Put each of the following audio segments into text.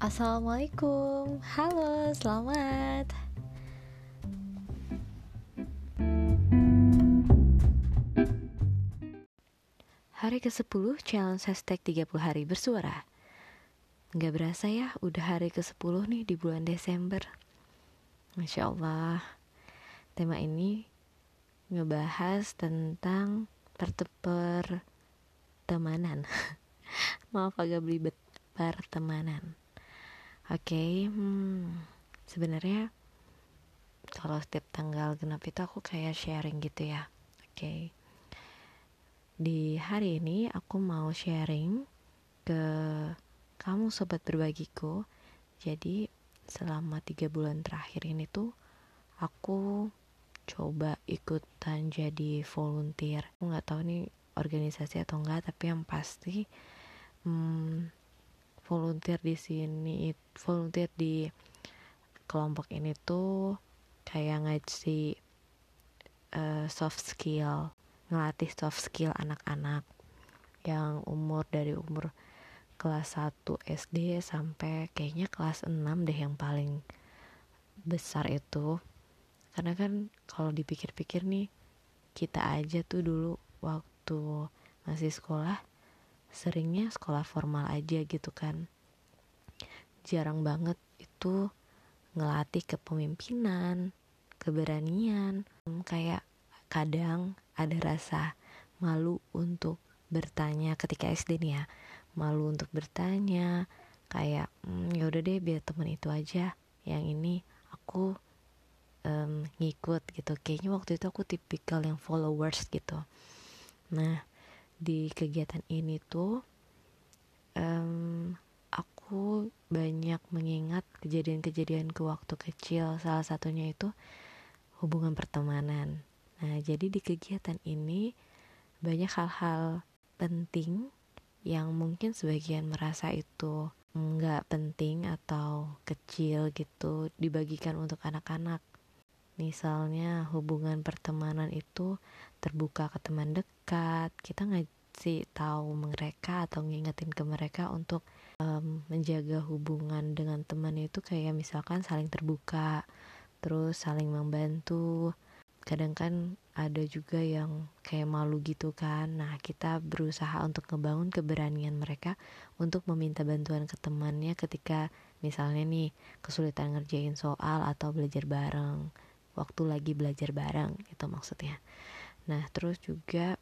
Assalamualaikum, halo, selamat. Hari ke-10 challenge hashtag 30 hari bersuara. Nggak berasa ya, udah hari ke-10 nih di bulan Desember. Masya Allah. Tema ini ngebahas tentang pertemanan. Maaf agak belibet, pertemanan. Oke, sebenarnya kalau setiap tanggal genap itu aku kayak sharing gitu ya. Oke. Di hari ini aku mau sharing ke kamu sobat berbagiku. Jadi selama 3 bulan terakhir ini tuh aku coba ikutan jadi volunteer. Aku nggak tahu nih organisasi atau enggak, tapi yang pasti volunteer di sini, volunteer di kelompok ini tuh kayak ngasih soft skill, ngelatih soft skill anak-anak yang dari umur kelas 1 SD sampai kayaknya kelas 6 deh yang paling besar itu. Karena kan kalau dipikir-pikir nih, kita aja tuh dulu waktu masih sekolah seringnya sekolah formal aja gitu kan. Jarang banget itu ngelatih kepemimpinan, keberanian. Kayak kadang ada rasa malu untuk bertanya ketika SD nih ya, malu untuk bertanya kayak ya udah deh biar temen itu aja, yang ini aku ngikut gitu. Kayaknya waktu itu aku tipikal yang followers gitu. Nah di kegiatan ini tuh aku banyak mengingat kejadian-kejadian ke waktu kecil. Salah satunya itu hubungan pertemanan. Nah jadi di kegiatan ini banyak hal-hal penting yang mungkin sebagian merasa itu nggak penting atau kecil gitu dibagikan untuk anak-anak. Misalnya hubungan pertemanan itu terbuka ke teman dekat, kita ngasih tahu mereka atau ngingetin ke mereka untuk menjaga hubungan dengan teman itu kayak misalkan saling terbuka, terus saling membantu. Kadang kan ada juga yang kayak malu gitu kan. Nah kita berusaha untuk ngebangun keberanian mereka untuk meminta bantuan ke temannya ketika misalnya nih kesulitan ngerjain soal atau belajar bareng, waktu lagi belajar bareng itu maksudnya. Nah terus juga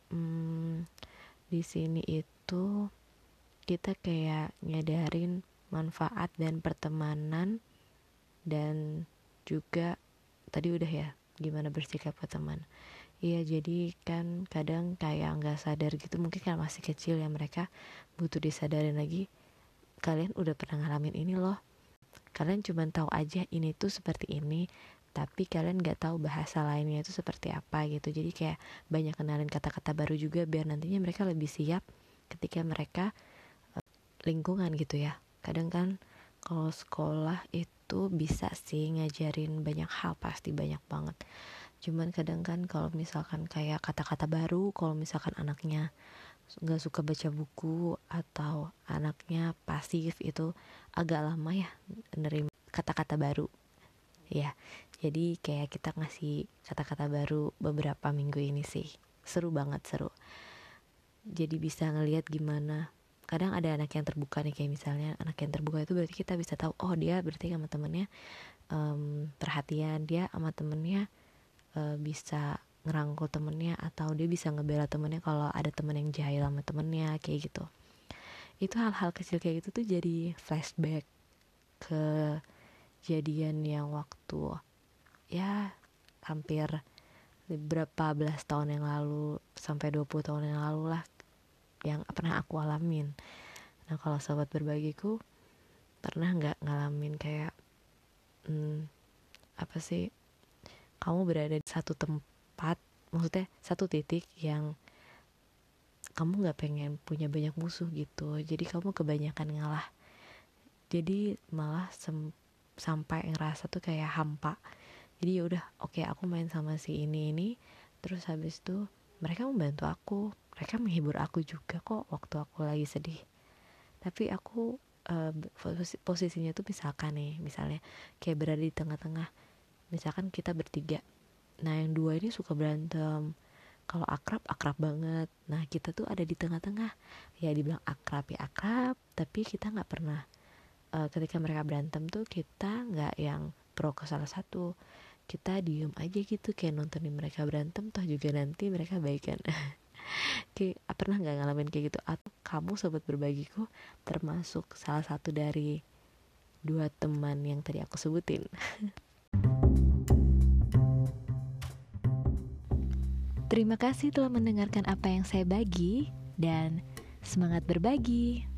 di sini itu kita kayak nyadarin manfaat dan pertemanan, dan juga tadi udah ya gimana bersikap ke teman. Iya jadi kan kadang kayak nggak sadar gitu, mungkin kan masih kecil ya, mereka butuh disadarin lagi, kalian udah pernah ngalamin ini loh, kalian cuma tahu aja ini tuh seperti ini, tapi kalian nggak tahu bahasa lainnya itu seperti apa gitu. Jadi kayak banyak kenalin kata-kata baru juga biar nantinya mereka lebih siap ketika mereka lingkungan gitu ya. Kadang kan kalau sekolah itu bisa sih ngajarin banyak hal, pasti banyak banget. Cuman kadang kan kalau misalkan kayak kata-kata baru, kalau misalkan anaknya nggak suka baca buku atau anaknya pasif, itu agak lama ya nerima kata-kata baru ya. Jadi kayak kita ngasih kata-kata baru beberapa minggu ini sih, seru banget, seru. Jadi bisa ngelihat gimana kadang ada anak yang terbuka nih, kayak misalnya anak yang terbuka itu berarti kita bisa tahu oh dia berarti sama temennya perhatian, dia sama temennya bisa ngerangkul temennya, atau dia bisa ngebela temennya kalau ada temen yang jahil sama temennya kayak gitu. Itu hal-hal kecil kayak gitu tuh jadi flashback ke kejadian yang waktu ya hampir berapa belas tahun yang lalu sampai 20 tahun yang lalu lah, yang pernah aku alamin. Nah kalau sobat berbagiku pernah nggak ngalamin kayak apa sih, kamu berada di satu tempat, maksudnya satu titik yang kamu nggak pengen punya banyak musuh gitu, jadi kamu kebanyakan ngalah, jadi malah sampai ngerasa tuh kayak hampa. Jadi ya udah oke, aku main sama si ini terus habis itu mereka membantu aku, mereka menghibur aku juga kok waktu aku lagi sedih, tapi aku posisinya tuh misalkan nih, misalnya kayak berada di tengah-tengah, misalkan kita bertiga, nah yang dua ini suka berantem, kalau akrab akrab banget, nah kita tuh ada di tengah-tengah, ya dibilang akrab ya akrab, tapi kita nggak pernah ketika mereka berantem tuh kita nggak yang pro ke salah satu, kita diem aja gitu kayak nontonin mereka berantem, toh juga nanti mereka baikan. Kayak pernah nggak ngalamin kayak gitu, atau kamu sobat berbagiku termasuk salah satu dari dua teman yang tadi aku sebutin? Terima kasih telah mendengarkan apa yang saya bagi, dan semangat berbagi.